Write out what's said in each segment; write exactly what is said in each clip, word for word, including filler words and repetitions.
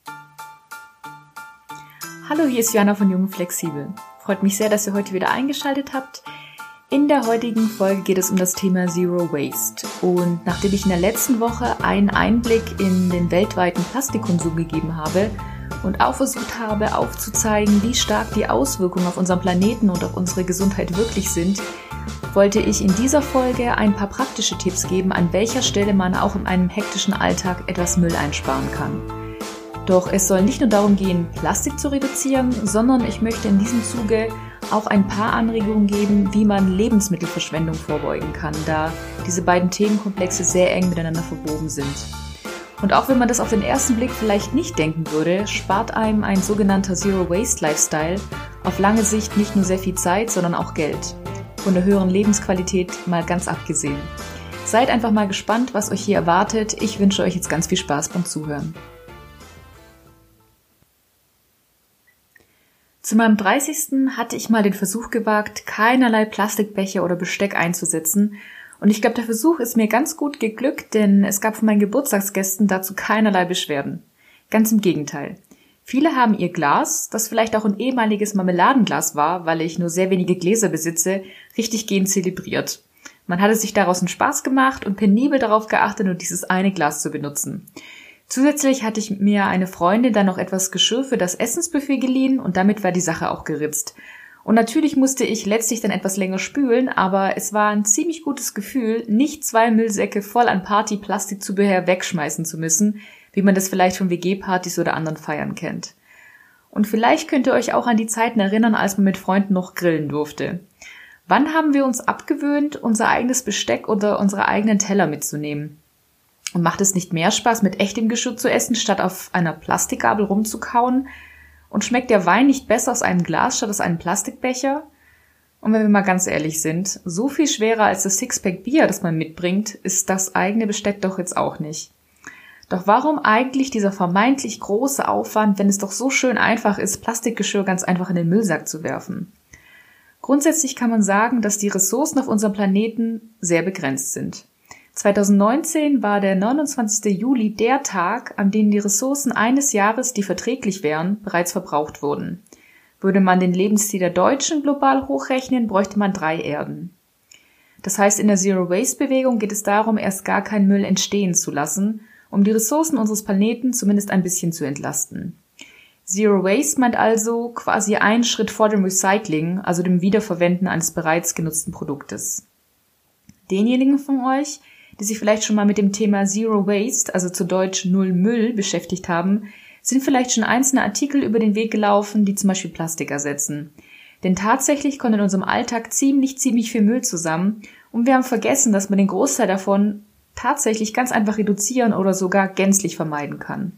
Hallo, hier ist Joanna von Jung und Flexibel. Freut mich sehr, dass ihr heute wieder eingeschaltet habt. In der heutigen Folge geht es um das Thema Zero Waste. Und nachdem ich in der letzten Woche einen Einblick in den weltweiten Plastikkonsum gegeben habe und auch versucht habe aufzuzeigen, wie stark die Auswirkungen auf unseren Planeten und auf unsere Gesundheit wirklich sind, wollte ich in dieser Folge ein paar praktische Tipps geben, an welcher Stelle man auch in einem hektischen Alltag etwas Müll einsparen kann. Doch es soll nicht nur darum gehen, Plastik zu reduzieren, sondern ich möchte in diesem Zuge auch ein paar Anregungen geben, wie man Lebensmittelverschwendung vorbeugen kann, da diese beiden Themenkomplexe sehr eng miteinander verwoben sind. Und auch wenn man das auf den ersten Blick vielleicht nicht denken würde, spart einem ein sogenannter Zero-Waste-Lifestyle auf lange Sicht nicht nur sehr viel Zeit, sondern auch Geld. Von der höheren Lebensqualität mal ganz abgesehen. Seid einfach mal gespannt, was euch hier erwartet. Ich wünsche euch jetzt ganz viel Spaß beim Zuhören. Zu meinem dreißigsten hatte ich mal den Versuch gewagt, keinerlei Plastikbecher oder Besteck einzusetzen. Und ich glaube, der Versuch ist mir ganz gut geglückt, denn es gab von meinen Geburtstagsgästen dazu keinerlei Beschwerden. Ganz im Gegenteil. Viele haben ihr Glas, das vielleicht auch ein ehemaliges Marmeladenglas war, weil ich nur sehr wenige Gläser besitze, richtig gehend zelebriert. Man hatte sich daraus einen Spaß gemacht und penibel darauf geachtet, nur dieses eine Glas zu benutzen. Zusätzlich hatte ich mir eine Freundin dann noch etwas Geschirr für das Essensbuffet geliehen und damit war die Sache auch geritzt. Und natürlich musste ich letztlich dann etwas länger spülen, aber es war ein ziemlich gutes Gefühl, nicht zwei Müllsäcke voll an Party-Plastikzubehör wegschmeißen zu müssen, wie man das vielleicht von W G-Partys oder anderen Feiern kennt. Und vielleicht könnt ihr euch auch an die Zeiten erinnern, als man mit Freunden noch grillen durfte. Wann haben wir uns abgewöhnt, unser eigenes Besteck oder unsere eigenen Teller mitzunehmen? Und macht es nicht mehr Spaß, mit echtem Geschirr zu essen, statt auf einer Plastikgabel rumzukauen? Und schmeckt der Wein nicht besser aus einem Glas statt aus einem Plastikbecher? Und wenn wir mal ganz ehrlich sind, so viel schwerer als das Sixpack Bier, das man mitbringt, ist das eigene Besteck doch jetzt auch nicht. Doch warum eigentlich dieser vermeintlich große Aufwand, wenn es doch so schön einfach ist, Plastikgeschirr ganz einfach in den Müllsack zu werfen? Grundsätzlich kann man sagen, dass die Ressourcen auf unserem Planeten sehr begrenzt sind. zwanzig neunzehn war der neunundzwanzigster Juli der Tag, an dem die Ressourcen eines Jahres, die verträglich wären, bereits verbraucht wurden. Würde man den Lebensstil der Deutschen global hochrechnen, bräuchte man drei Erden. Das heißt, in der Zero-Waste-Bewegung geht es darum, erst gar keinen Müll entstehen zu lassen, um die Ressourcen unseres Planeten zumindest ein bisschen zu entlasten. Zero Waste meint also quasi einen Schritt vor dem Recycling, also dem Wiederverwenden eines bereits genutzten Produktes. Denjenigen von euch, die sich vielleicht schon mal mit dem Thema Zero Waste, also zu Deutsch Null Müll, beschäftigt haben, sind vielleicht schon einzelne Artikel über den Weg gelaufen, die zum Beispiel Plastik ersetzen. Denn tatsächlich kommt in unserem Alltag ziemlich, ziemlich viel Müll zusammen und wir haben vergessen, dass man den Großteil davon tatsächlich ganz einfach reduzieren oder sogar gänzlich vermeiden kann.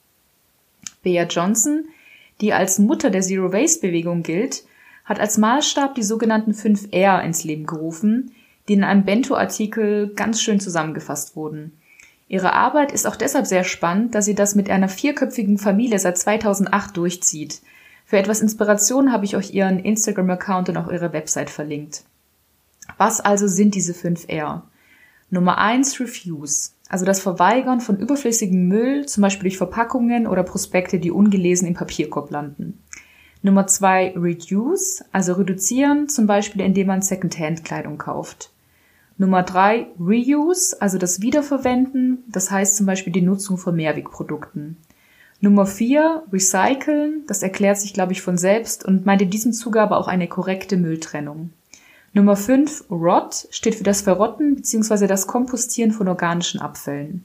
Bea Johnson, die als Mutter der Zero-Waste-Bewegung gilt, hat als Maßstab die sogenannten fünf R ins Leben gerufen, die in einem Bento-Artikel ganz schön zusammengefasst wurden. Ihre Arbeit ist auch deshalb sehr spannend, da sie das mit einer vierköpfigen Familie seit zweitausendacht durchzieht. Für etwas Inspiration habe ich euch ihren Instagram-Account und auch ihre Website verlinkt. Was also sind diese fünf R? Nummer eins, Refuse, also das Verweigern von überflüssigem Müll, zum Beispiel durch Verpackungen oder Prospekte, die ungelesen im Papierkorb landen. Nummer zwei, Reduce, also reduzieren, zum Beispiel indem man Secondhand-Kleidung kauft. Nummer drei, Reuse, also das Wiederverwenden, das heißt zum Beispiel die Nutzung von Mehrwegprodukten. Nummer vier, Recyceln, das erklärt sich, glaube ich, von selbst und meint in diesem Zuge aber auch eine korrekte Mülltrennung. Nummer fünf, Rot, steht für das Verrotten bzw. das Kompostieren von organischen Abfällen.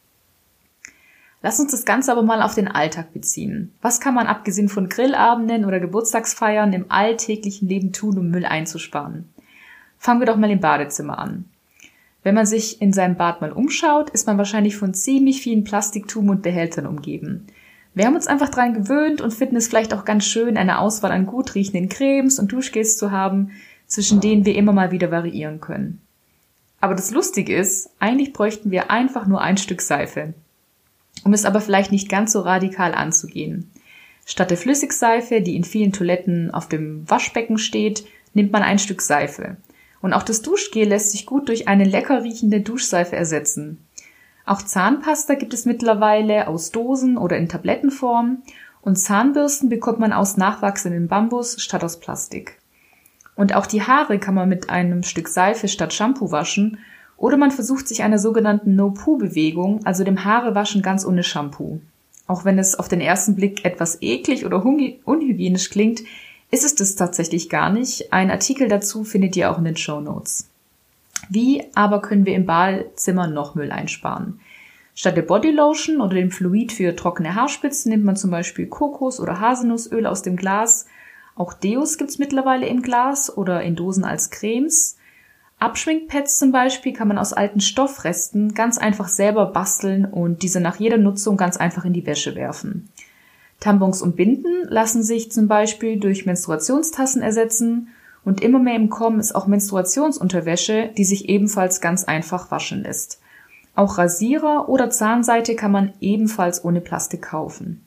Lass uns das Ganze aber mal auf den Alltag beziehen. Was kann man abgesehen von Grillabenden oder Geburtstagsfeiern im alltäglichen Leben tun, um Müll einzusparen? Fangen wir doch mal im Badezimmer an. Wenn man sich in seinem Bad mal umschaut, ist man wahrscheinlich von ziemlich vielen Plastiktuben und Behältern umgeben. Wir haben uns einfach daran gewöhnt und finden es vielleicht auch ganz schön, eine Auswahl an gut riechenden Cremes und Duschgels zu haben, zwischen denen wir immer mal wieder variieren können. Aber das Lustige ist, eigentlich bräuchten wir einfach nur ein Stück Seife. Um es aber vielleicht nicht ganz so radikal anzugehen. Statt der Flüssigseife, die in vielen Toiletten auf dem Waschbecken steht, nimmt man ein Stück Seife. Und auch das Duschgel lässt sich gut durch eine lecker riechende Duschseife ersetzen. Auch Zahnpasta gibt es mittlerweile aus Dosen oder in Tablettenform und Zahnbürsten bekommt man aus nachwachsendem Bambus statt aus Plastik. Und auch die Haare kann man mit einem Stück Seife statt Shampoo waschen oder man versucht sich einer sogenannten No-Poo-Bewegung, also dem Haarewaschen ganz ohne Shampoo. Auch wenn es auf den ersten Blick etwas eklig oder unhygienisch klingt, ist es das tatsächlich gar nicht. Ein Artikel dazu findet ihr auch in den Shownotes. Wie aber können wir im Badezimmer noch Müll einsparen? Statt der Bodylotion oder dem Fluid für trockene Haarspitzen nimmt man zum Beispiel Kokos- oder Haselnussöl aus dem Glas. Auch Deos gibt's mittlerweile im Glas oder in Dosen als Cremes. Abschminkpads zum Beispiel kann man aus alten Stoffresten ganz einfach selber basteln und diese nach jeder Nutzung ganz einfach in die Wäsche werfen. Tampons und Binden lassen sich zum Beispiel durch Menstruationstassen ersetzen und immer mehr im Kommen ist auch Menstruationsunterwäsche, die sich ebenfalls ganz einfach waschen lässt. Auch Rasierer oder Zahnseide kann man ebenfalls ohne Plastik kaufen.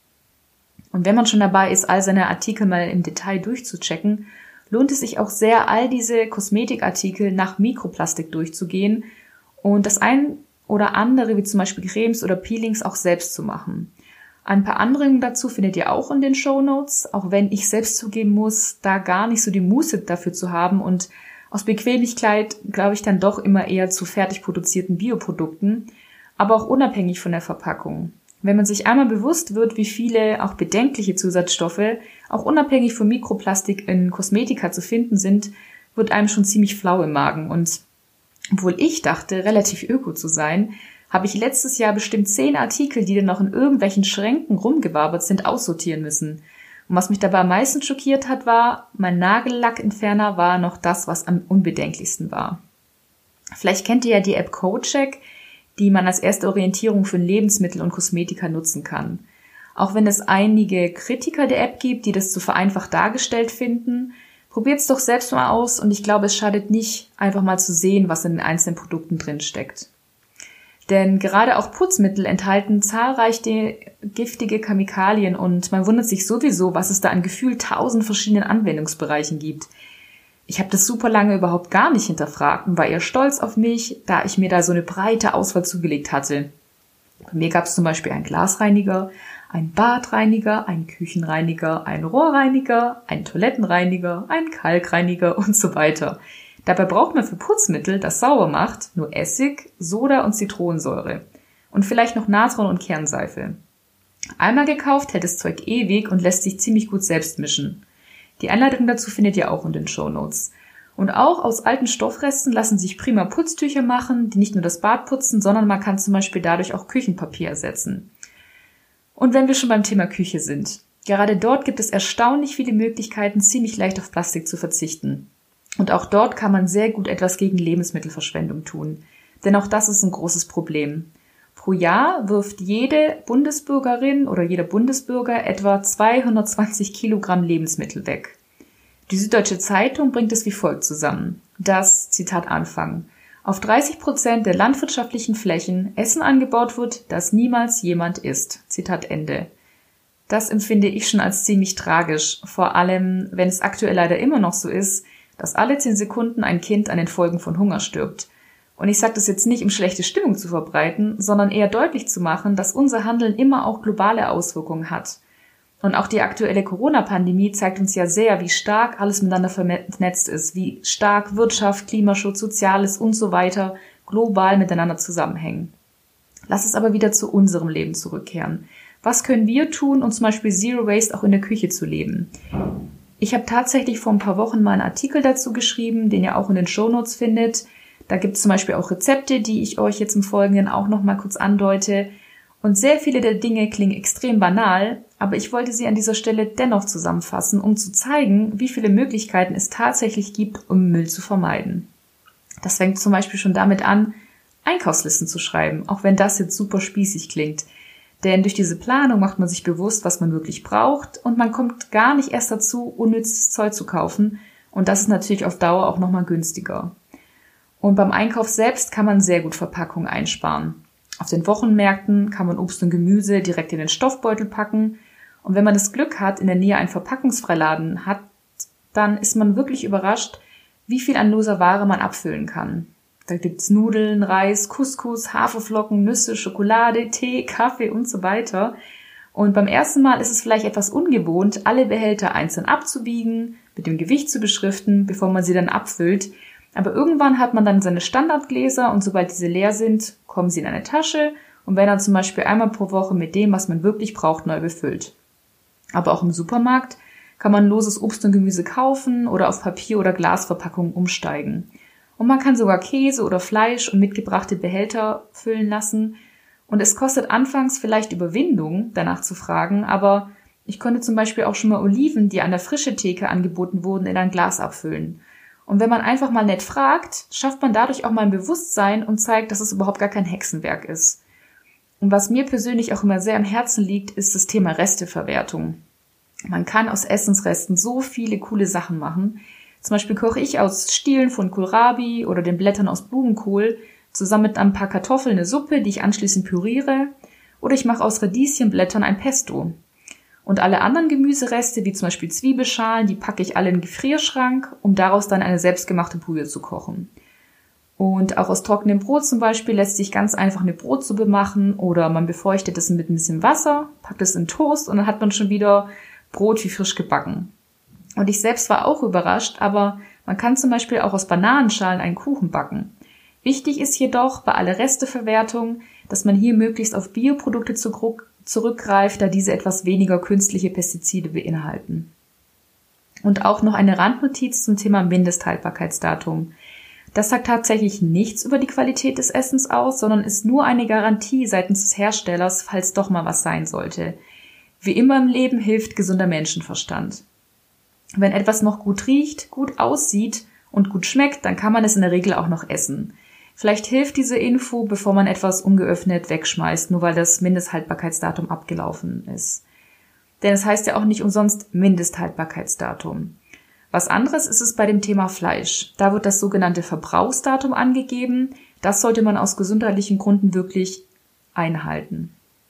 Und wenn man schon dabei ist, all seine Artikel mal im Detail durchzuchecken, lohnt es sich auch sehr, all diese Kosmetikartikel nach Mikroplastik durchzugehen und das ein oder andere, wie zum Beispiel Cremes oder Peelings, auch selbst zu machen. Ein paar Anregungen dazu findet ihr auch in den Shownotes, auch wenn ich selbst zugeben muss, da gar nicht so die Muße dafür zu haben und aus Bequemlichkeit glaube ich dann doch immer eher zu fertig produzierten Bioprodukten, aber auch unabhängig von der Verpackung. Wenn man sich einmal bewusst wird, wie viele auch bedenkliche Zusatzstoffe auch unabhängig von Mikroplastik in Kosmetika zu finden sind, wird einem schon ziemlich flau im Magen. Und obwohl ich dachte, relativ öko zu sein, habe ich letztes Jahr bestimmt zehn Artikel, die dann noch in irgendwelchen Schränken rumgewabert sind, aussortieren müssen. Und was mich dabei am meisten schockiert hat, war, mein Nagellackentferner war noch das, was am unbedenklichsten war. Vielleicht kennt ihr ja die App CodeCheck, die man als erste Orientierung für Lebensmittel und Kosmetika nutzen kann. Auch wenn es einige Kritiker der App gibt, die das zu vereinfacht dargestellt finden, probiert es doch selbst mal aus und ich glaube, es schadet nicht, einfach mal zu sehen, was in den einzelnen Produkten drin steckt. Denn gerade auch Putzmittel enthalten zahlreiche giftige Chemikalien und man wundert sich sowieso, was es da an gefühlt tausend verschiedenen Anwendungsbereichen gibt. Ich habe das super lange überhaupt gar nicht hinterfragt und war eher stolz auf mich, da ich mir da so eine breite Auswahl zugelegt hatte. Bei mir gab es zum Beispiel einen Glasreiniger, einen Badreiniger, einen Küchenreiniger, einen Rohrreiniger, einen Toilettenreiniger, einen Kalkreiniger und so weiter. Dabei braucht man für Putzmittel, das sauber macht, nur Essig, Soda und Zitronensäure und vielleicht noch Natron und Kernseife. Einmal gekauft hält das Zeug ewig und lässt sich ziemlich gut selbst mischen. Die Anleitung dazu findet ihr auch in den Shownotes. Und auch aus alten Stoffresten lassen sich prima Putztücher machen, die nicht nur das Bad putzen, sondern man kann zum Beispiel dadurch auch Küchenpapier ersetzen. Und wenn wir schon beim Thema Küche sind, gerade dort gibt es erstaunlich viele Möglichkeiten, ziemlich leicht auf Plastik zu verzichten. Und auch dort kann man sehr gut etwas gegen Lebensmittelverschwendung tun. Denn auch das ist ein großes Problem. Pro Jahr wirft jede Bundesbürgerin oder jeder Bundesbürger etwa zweihundertzwanzig Kilogramm Lebensmittel weg. Die Süddeutsche Zeitung bringt es wie folgt zusammen. Das, Zitat Anfang, auf dreißig Prozent der landwirtschaftlichen Flächen Essen angebaut wird, das niemals jemand isst. Zitat Ende. Das empfinde ich schon als ziemlich tragisch, vor allem wenn es aktuell leider immer noch so ist, dass alle zehn Sekunden ein Kind an den Folgen von Hunger stirbt. Und ich sage das jetzt nicht, um schlechte Stimmung zu verbreiten, sondern eher deutlich zu machen, dass unser Handeln immer auch globale Auswirkungen hat. Und auch die aktuelle Corona-Pandemie zeigt uns ja sehr, wie stark alles miteinander vernetzt ist, wie stark Wirtschaft, Klimaschutz, Soziales und so weiter global miteinander zusammenhängen. Lass es aber wieder zu unserem Leben zurückkehren. Was können wir tun, um zum Beispiel Zero Waste auch in der Küche zu leben? Ich habe tatsächlich vor ein paar Wochen mal einen Artikel dazu geschrieben, den ihr auch in den Shownotes findet. Da gibt es zum Beispiel auch Rezepte, die ich euch jetzt im Folgenden auch noch mal kurz andeute. Und sehr viele der Dinge klingen extrem banal, aber ich wollte sie an dieser Stelle dennoch zusammenfassen, um zu zeigen, wie viele Möglichkeiten es tatsächlich gibt, um Müll zu vermeiden. Das fängt zum Beispiel schon damit an, Einkaufslisten zu schreiben, auch wenn das jetzt super spießig klingt. Denn durch diese Planung macht man sich bewusst, was man wirklich braucht und man kommt gar nicht erst dazu, unnützes Zeug zu kaufen. Und das ist natürlich auf Dauer auch nochmal günstiger. Und beim Einkauf selbst kann man sehr gut Verpackungen einsparen. Auf den Wochenmärkten kann man Obst und Gemüse direkt in den Stoffbeutel packen. Und wenn man das Glück hat, in der Nähe einen Verpackungsfreiladen hat, dann ist man wirklich überrascht, wie viel an loser Ware man abfüllen kann. Da gibt's Nudeln, Reis, Couscous, Haferflocken, Nüsse, Schokolade, Tee, Kaffee und so weiter. Und beim ersten Mal ist es vielleicht etwas ungewohnt, alle Behälter einzeln abzuwiegen, mit dem Gewicht zu beschriften, bevor man sie dann abfüllt. Aber irgendwann hat man dann seine Standardgläser und sobald diese leer sind, kommen sie in eine Tasche und werden dann zum Beispiel einmal pro Woche mit dem, was man wirklich braucht, neu befüllt. Aber auch im Supermarkt kann man loses Obst und Gemüse kaufen oder auf Papier- oder Glasverpackungen umsteigen. Und man kann sogar Käse oder Fleisch und mitgebrachte Behälter füllen lassen. Und es kostet anfangs vielleicht Überwindung, danach zu fragen, aber ich konnte zum Beispiel auch schon mal Oliven, die an der frischen Theke angeboten wurden, in ein Glas abfüllen. Und wenn man einfach mal nett fragt, schafft man dadurch auch mal ein Bewusstsein und zeigt, dass es überhaupt gar kein Hexenwerk ist. Und was mir persönlich auch immer sehr am Herzen liegt, ist das Thema Resteverwertung. Man kann aus Essensresten so viele coole Sachen machen. Zum Beispiel koche ich aus Stielen von Kohlrabi oder den Blättern aus Blumenkohl zusammen mit ein paar Kartoffeln eine Suppe, die ich anschließend püriere. Oder ich mache aus Radieschenblättern ein Pesto. Und alle anderen Gemüsereste, wie zum Beispiel Zwiebelschalen, die packe ich alle in den Gefrierschrank, um daraus dann eine selbstgemachte Brühe zu kochen. Und auch aus trockenem Brot zum Beispiel lässt sich ganz einfach eine Brotsuppe machen oder man befeuchtet es mit ein bisschen Wasser, packt es in Toast und dann hat man schon wieder Brot wie frisch gebacken. Und ich selbst war auch überrascht, aber man kann zum Beispiel auch aus Bananenschalen einen Kuchen backen. Wichtig ist jedoch bei aller Resteverwertung, dass man hier möglichst auf Bioprodukte zurückgreift, da diese etwas weniger künstliche Pestizide beinhalten. Und auch noch eine Randnotiz zum Thema Mindesthaltbarkeitsdatum. Das sagt tatsächlich nichts über die Qualität des Essens aus, sondern ist nur eine Garantie seitens des Herstellers, falls doch mal was sein sollte. Wie immer im Leben hilft gesunder Menschenverstand. Wenn etwas noch gut riecht, gut aussieht und gut schmeckt, dann kann man es in der Regel auch noch essen. Vielleicht hilft diese Info, bevor man etwas ungeöffnet wegschmeißt, nur weil das Mindesthaltbarkeitsdatum abgelaufen ist. Denn es heißt ja auch nicht umsonst Mindesthaltbarkeitsdatum. Was anderes ist es bei dem Thema Fleisch. Da wird das sogenannte Verbrauchsdatum angegeben. Das sollte man aus gesundheitlichen Gründen wirklich einhalten.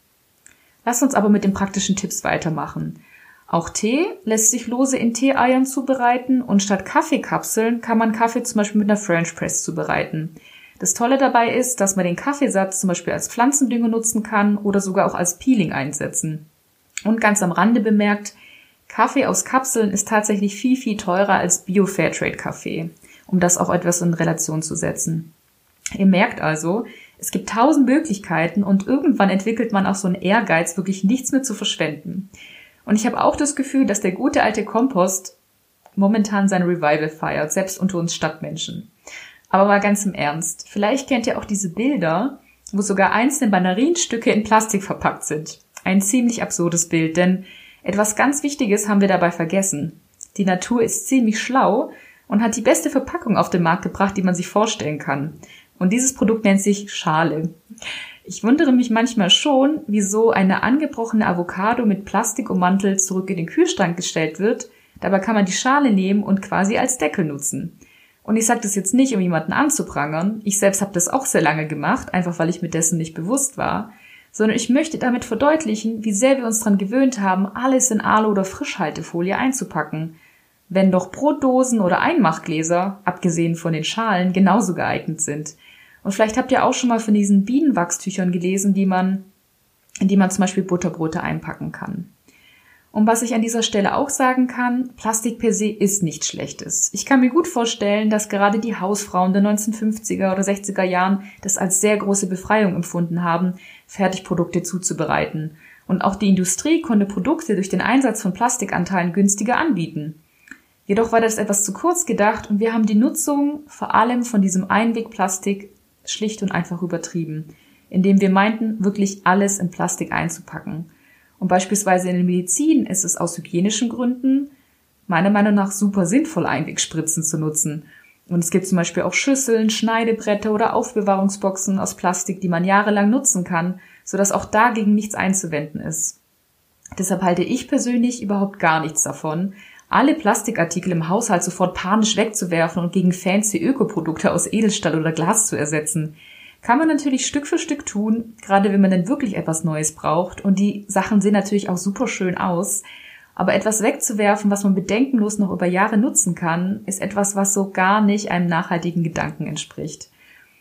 Lass uns aber mit den praktischen Tipps weitermachen. Auch Tee lässt sich lose in Tee-Eiern zubereiten und statt Kaffeekapseln kann man Kaffee zum Beispiel mit einer French Press zubereiten. Das Tolle dabei ist, dass man den Kaffeesatz zum Beispiel als Pflanzendünger nutzen kann oder sogar auch als Peeling einsetzen. Und ganz am Rande bemerkt, Kaffee aus Kapseln ist tatsächlich viel, viel teurer als Bio-Fairtrade-Kaffee, um das auch etwas in Relation zu setzen. Ihr merkt also, es gibt tausend Möglichkeiten und irgendwann entwickelt man auch so einen Ehrgeiz, wirklich nichts mehr zu verschwenden. Und ich habe auch das Gefühl, dass der gute alte Kompost momentan sein Revival feiert, selbst unter uns Stadtmenschen. Aber mal ganz im Ernst, vielleicht kennt ihr auch diese Bilder, wo sogar einzelne Mandarinstücke in Plastik verpackt sind. Ein ziemlich absurdes Bild, denn etwas ganz Wichtiges haben wir dabei vergessen. Die Natur ist ziemlich schlau und hat die beste Verpackung auf den Markt gebracht, die man sich vorstellen kann. Und dieses Produkt nennt sich Schale. Ich wundere mich manchmal schon, wieso eine angebrochene Avocado mit Plastik ummantelt zurück in den Kühlschrank gestellt wird. Dabei kann man die Schale nehmen und quasi als Deckel nutzen. Und ich sage das jetzt nicht, um jemanden anzuprangern. Ich selbst habe das auch sehr lange gemacht, einfach weil ich mir dessen nicht bewusst war. Sondern ich möchte damit verdeutlichen, wie sehr wir uns daran gewöhnt haben, alles in Alu- oder Frischhaltefolie einzupacken. Wenn doch Brotdosen oder Einmachgläser, abgesehen von den Schalen, genauso geeignet sind. Und vielleicht habt ihr auch schon mal von diesen Bienenwachstüchern gelesen, die man, in die man zum Beispiel Butterbrote einpacken kann. Und was ich an dieser Stelle auch sagen kann, Plastik per se ist nichts Schlechtes. Ich kann mir gut vorstellen, dass gerade die Hausfrauen der neunzehnhundertfünfziger oder sechziger Jahren das als sehr große Befreiung empfunden haben, Fertigprodukte zuzubereiten. Und auch die Industrie konnte Produkte durch den Einsatz von Plastikanteilen günstiger anbieten. Jedoch war das etwas zu kurz gedacht und wir haben die Nutzung vor allem von diesem Einwegplastik schlicht und einfach übertrieben, indem wir meinten, wirklich alles in Plastik einzupacken. Und beispielsweise in der Medizin ist es aus hygienischen Gründen meiner Meinung nach super sinnvoll, Einwegspritzen zu nutzen. Und es gibt zum Beispiel auch Schüsseln, Schneidebretter oder Aufbewahrungsboxen aus Plastik, die man jahrelang nutzen kann, sodass auch dagegen nichts einzuwenden ist. Deshalb halte ich persönlich überhaupt gar nichts davon, alle Plastikartikel im Haushalt sofort panisch wegzuwerfen und gegen fancy Ökoprodukte aus Edelstahl oder Glas zu ersetzen. Kann man natürlich Stück für Stück tun, gerade wenn man denn wirklich etwas Neues braucht. Und die Sachen sehen natürlich auch super schön aus. Aber etwas wegzuwerfen, was man bedenkenlos noch über Jahre nutzen kann, ist etwas, was so gar nicht einem nachhaltigen Gedanken entspricht.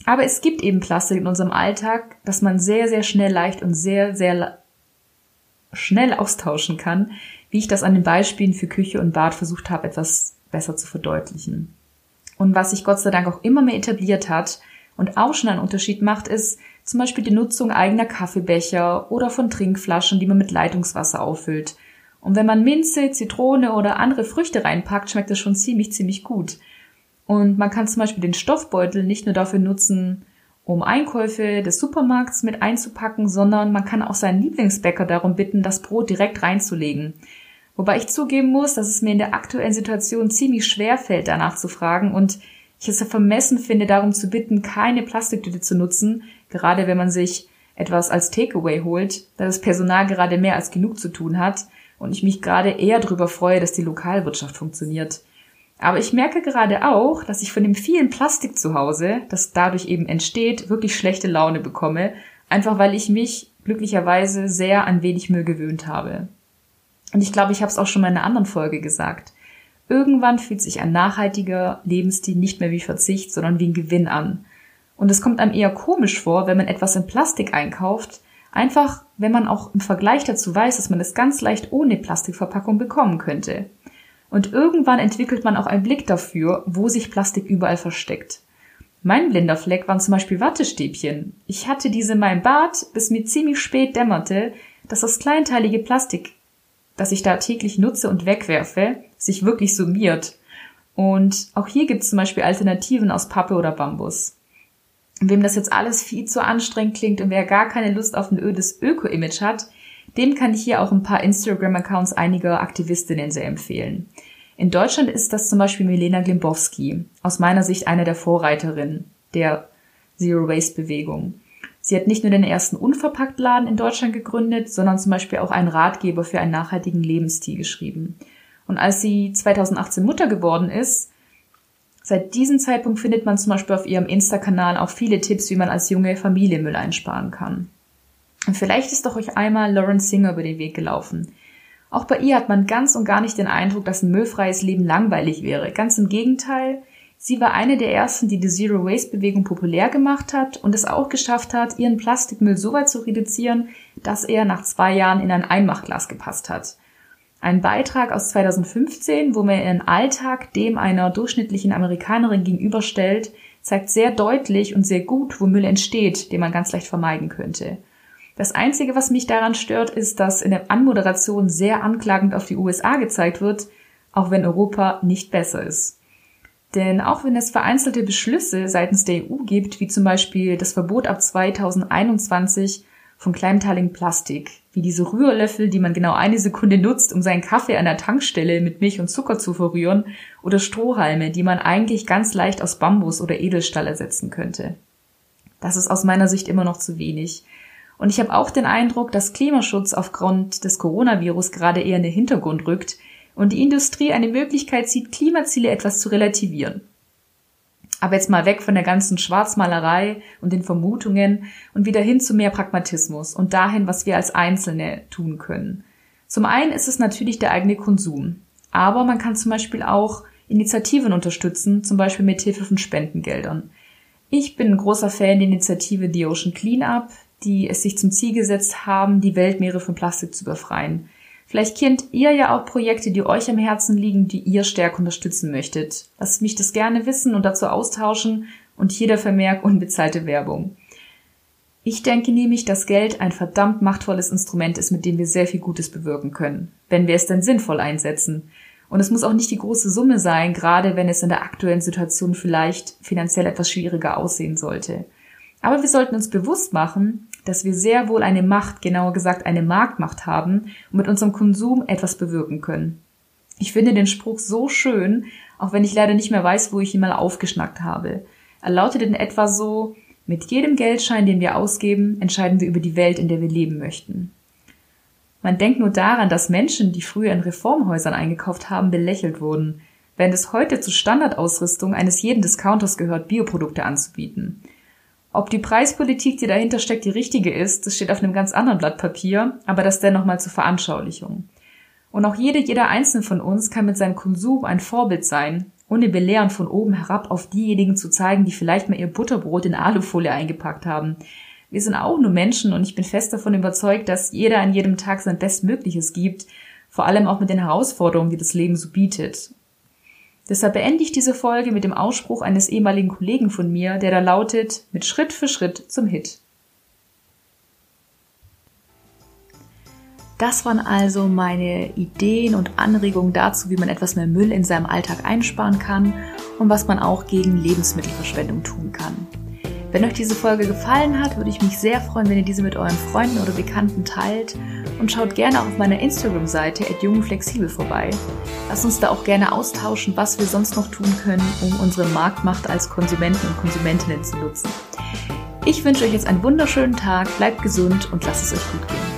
Aber es gibt eben Plastik in unserem Alltag, das man sehr, sehr schnell, leicht und sehr, sehr schnell austauschen kann, wie ich das an den Beispielen für Küche und Bad versucht habe, etwas besser zu verdeutlichen. Und was sich Gott sei Dank auch immer mehr etabliert hat und auch schon einen Unterschied macht, ist zum Beispiel die Nutzung eigener Kaffeebecher oder von Trinkflaschen, die man mit Leitungswasser auffüllt. Und wenn man Minze, Zitrone oder andere Früchte reinpackt, schmeckt das schon ziemlich, ziemlich gut. Und man kann zum Beispiel den Stoffbeutel nicht nur dafür nutzen, um Einkäufe des Supermarkts mit einzupacken, sondern man kann auch seinen Lieblingsbäcker darum bitten, das Brot direkt reinzulegen. Wobei ich zugeben muss, dass es mir in der aktuellen Situation ziemlich schwer fällt, danach zu fragen und ich es vermessen finde, darum zu bitten, keine Plastiktüte zu nutzen, gerade wenn man sich etwas als Takeaway holt, da das Personal gerade mehr als genug zu tun hat und ich mich gerade eher darüber freue, dass die Lokalwirtschaft funktioniert. Aber ich merke gerade auch, dass ich von dem vielen Plastik zu Hause, das dadurch eben entsteht, wirklich schlechte Laune bekomme, einfach weil ich mich glücklicherweise sehr an wenig Müll gewöhnt habe. Und ich glaube, ich habe es auch schon mal in einer anderen Folge gesagt. Irgendwann fühlt sich ein nachhaltiger Lebensstil nicht mehr wie Verzicht, sondern wie ein Gewinn an. Und es kommt einem eher komisch vor, wenn man etwas in Plastik einkauft, einfach wenn man auch im Vergleich dazu weiß, dass man es ganz leicht ohne Plastikverpackung bekommen könnte. Und irgendwann entwickelt man auch einen Blick dafür, wo sich Plastik überall versteckt. Mein blinder Fleck waren zum Beispiel Wattestäbchen. Ich hatte diese in meinem Bad, bis mir ziemlich spät dämmerte, dass das kleinteilige Plastik, das ich da täglich nutze und wegwerfe, sich wirklich summiert. Und auch hier gibt es zum Beispiel Alternativen aus Pappe oder Bambus. Und wem das jetzt alles viel zu anstrengend klingt und wer gar keine Lust auf ein ödes Öko-Image hat, dem kann ich hier auch ein paar Instagram-Accounts einiger Aktivistinnen sehr empfehlen. In Deutschland ist das zum Beispiel Milena Glimbowski, aus meiner Sicht eine der Vorreiterinnen der Zero-Waste-Bewegung. Sie hat nicht nur den ersten Unverpacktladen in Deutschland gegründet, sondern zum Beispiel auch einen Ratgeber für einen nachhaltigen Lebensstil geschrieben. Und als sie zweitausendachtzehn Mutter geworden ist, seit diesem Zeitpunkt findet man zum Beispiel auf ihrem Insta-Kanal auch viele Tipps, wie man als junge Familie Müll einsparen kann. Und vielleicht ist doch euch einmal Lauren Singer über den Weg gelaufen. Auch bei ihr hat man ganz und gar nicht den Eindruck, dass ein müllfreies Leben langweilig wäre. Ganz im Gegenteil, sie war eine der ersten, die die Zero-Waste-Bewegung populär gemacht hat und es auch geschafft hat, ihren Plastikmüll so weit zu reduzieren, dass er nach zwei Jahren in ein Einmachglas gepasst hat. Ein Beitrag aus zweitausendfünfzehn, wo man ihren Alltag dem einer durchschnittlichen Amerikanerin gegenüberstellt, zeigt sehr deutlich und sehr gut, wo Müll entsteht, den man ganz leicht vermeiden könnte. Das Einzige, was mich daran stört, ist, dass in der Anmoderation sehr anklagend auf die U S A gezeigt wird, auch wenn Europa nicht besser ist. Denn auch wenn es vereinzelte Beschlüsse seitens der E U gibt, wie zum Beispiel das Verbot ab zweitausendeinundzwanzig von kleinteiligen Plastik, wie diese Rührlöffel, die man genau eine Sekunde nutzt, um seinen Kaffee an der Tankstelle mit Milch und Zucker zu verrühren, oder Strohhalme, die man eigentlich ganz leicht aus Bambus oder Edelstahl ersetzen könnte. Das ist aus meiner Sicht immer noch zu wenig. Und ich habe auch den Eindruck, dass Klimaschutz aufgrund des Coronavirus gerade eher in den Hintergrund rückt und die Industrie eine Möglichkeit sieht, Klimaziele etwas zu relativieren. Aber jetzt mal weg von der ganzen Schwarzmalerei und den Vermutungen und wieder hin zu mehr Pragmatismus und dahin, was wir als Einzelne tun können. Zum einen ist es natürlich der eigene Konsum, aber man kann zum Beispiel auch Initiativen unterstützen, zum Beispiel mit Hilfe von Spendengeldern. Ich bin ein großer Fan der Initiative The Ocean Cleanup, die es sich zum Ziel gesetzt haben, die Weltmeere von Plastik zu befreien. Vielleicht kennt ihr ja auch Projekte, die euch am Herzen liegen, die ihr stärker unterstützen möchtet. Lasst mich das gerne wissen und dazu austauschen und hier der Vermerk unbezahlte Werbung. Ich denke nämlich, dass Geld ein verdammt machtvolles Instrument ist, mit dem wir sehr viel Gutes bewirken können, wenn wir es denn sinnvoll einsetzen. Und es muss auch nicht die große Summe sein, gerade wenn es in der aktuellen Situation vielleicht finanziell etwas schwieriger aussehen sollte. Aber wir sollten uns bewusst machen, dass wir sehr wohl eine Macht, genauer gesagt eine Marktmacht haben und mit unserem Konsum etwas bewirken können. Ich finde den Spruch so schön, auch wenn ich leider nicht mehr weiß, wo ich ihn mal aufgeschnackt habe. Er lautet in etwa so: Mit jedem Geldschein, den wir ausgeben, entscheiden wir über die Welt, in der wir leben möchten. Man denkt nur daran, dass Menschen, die früher in Reformhäusern eingekauft haben, belächelt wurden, während es heute zur Standardausrüstung eines jeden Discounters gehört, Bioprodukte anzubieten. Ob die Preispolitik, die dahinter steckt, die richtige ist, das steht auf einem ganz anderen Blatt Papier, aber das dennoch mal zur Veranschaulichung. Und auch jede, jeder Einzelne von uns kann mit seinem Konsum ein Vorbild sein, ohne belehrend von oben herab auf diejenigen zu zeigen, die vielleicht mal ihr Butterbrot in Alufolie eingepackt haben. Wir sind auch nur Menschen und ich bin fest davon überzeugt, dass jeder an jedem Tag sein Bestmögliches gibt, vor allem auch mit den Herausforderungen, die das Leben so bietet. Deshalb beende ich diese Folge mit dem Ausspruch eines ehemaligen Kollegen von mir, der da lautet, mit Schritt für Schritt zum Hit. Das waren also meine Ideen und Anregungen dazu, wie man etwas mehr Müll in seinem Alltag einsparen kann und was man auch gegen Lebensmittelverschwendung tun kann. Wenn euch diese Folge gefallen hat, würde ich mich sehr freuen, wenn ihr diese mit euren Freunden oder Bekannten teilt und schaut gerne auch auf meiner Instagram-Seite at jungflexibel vorbei. Lasst uns da auch gerne austauschen, was wir sonst noch tun können, um unsere Marktmacht als Konsumenten und Konsumentinnen zu nutzen. Ich wünsche euch jetzt einen wunderschönen Tag, bleibt gesund und lasst es euch gut gehen.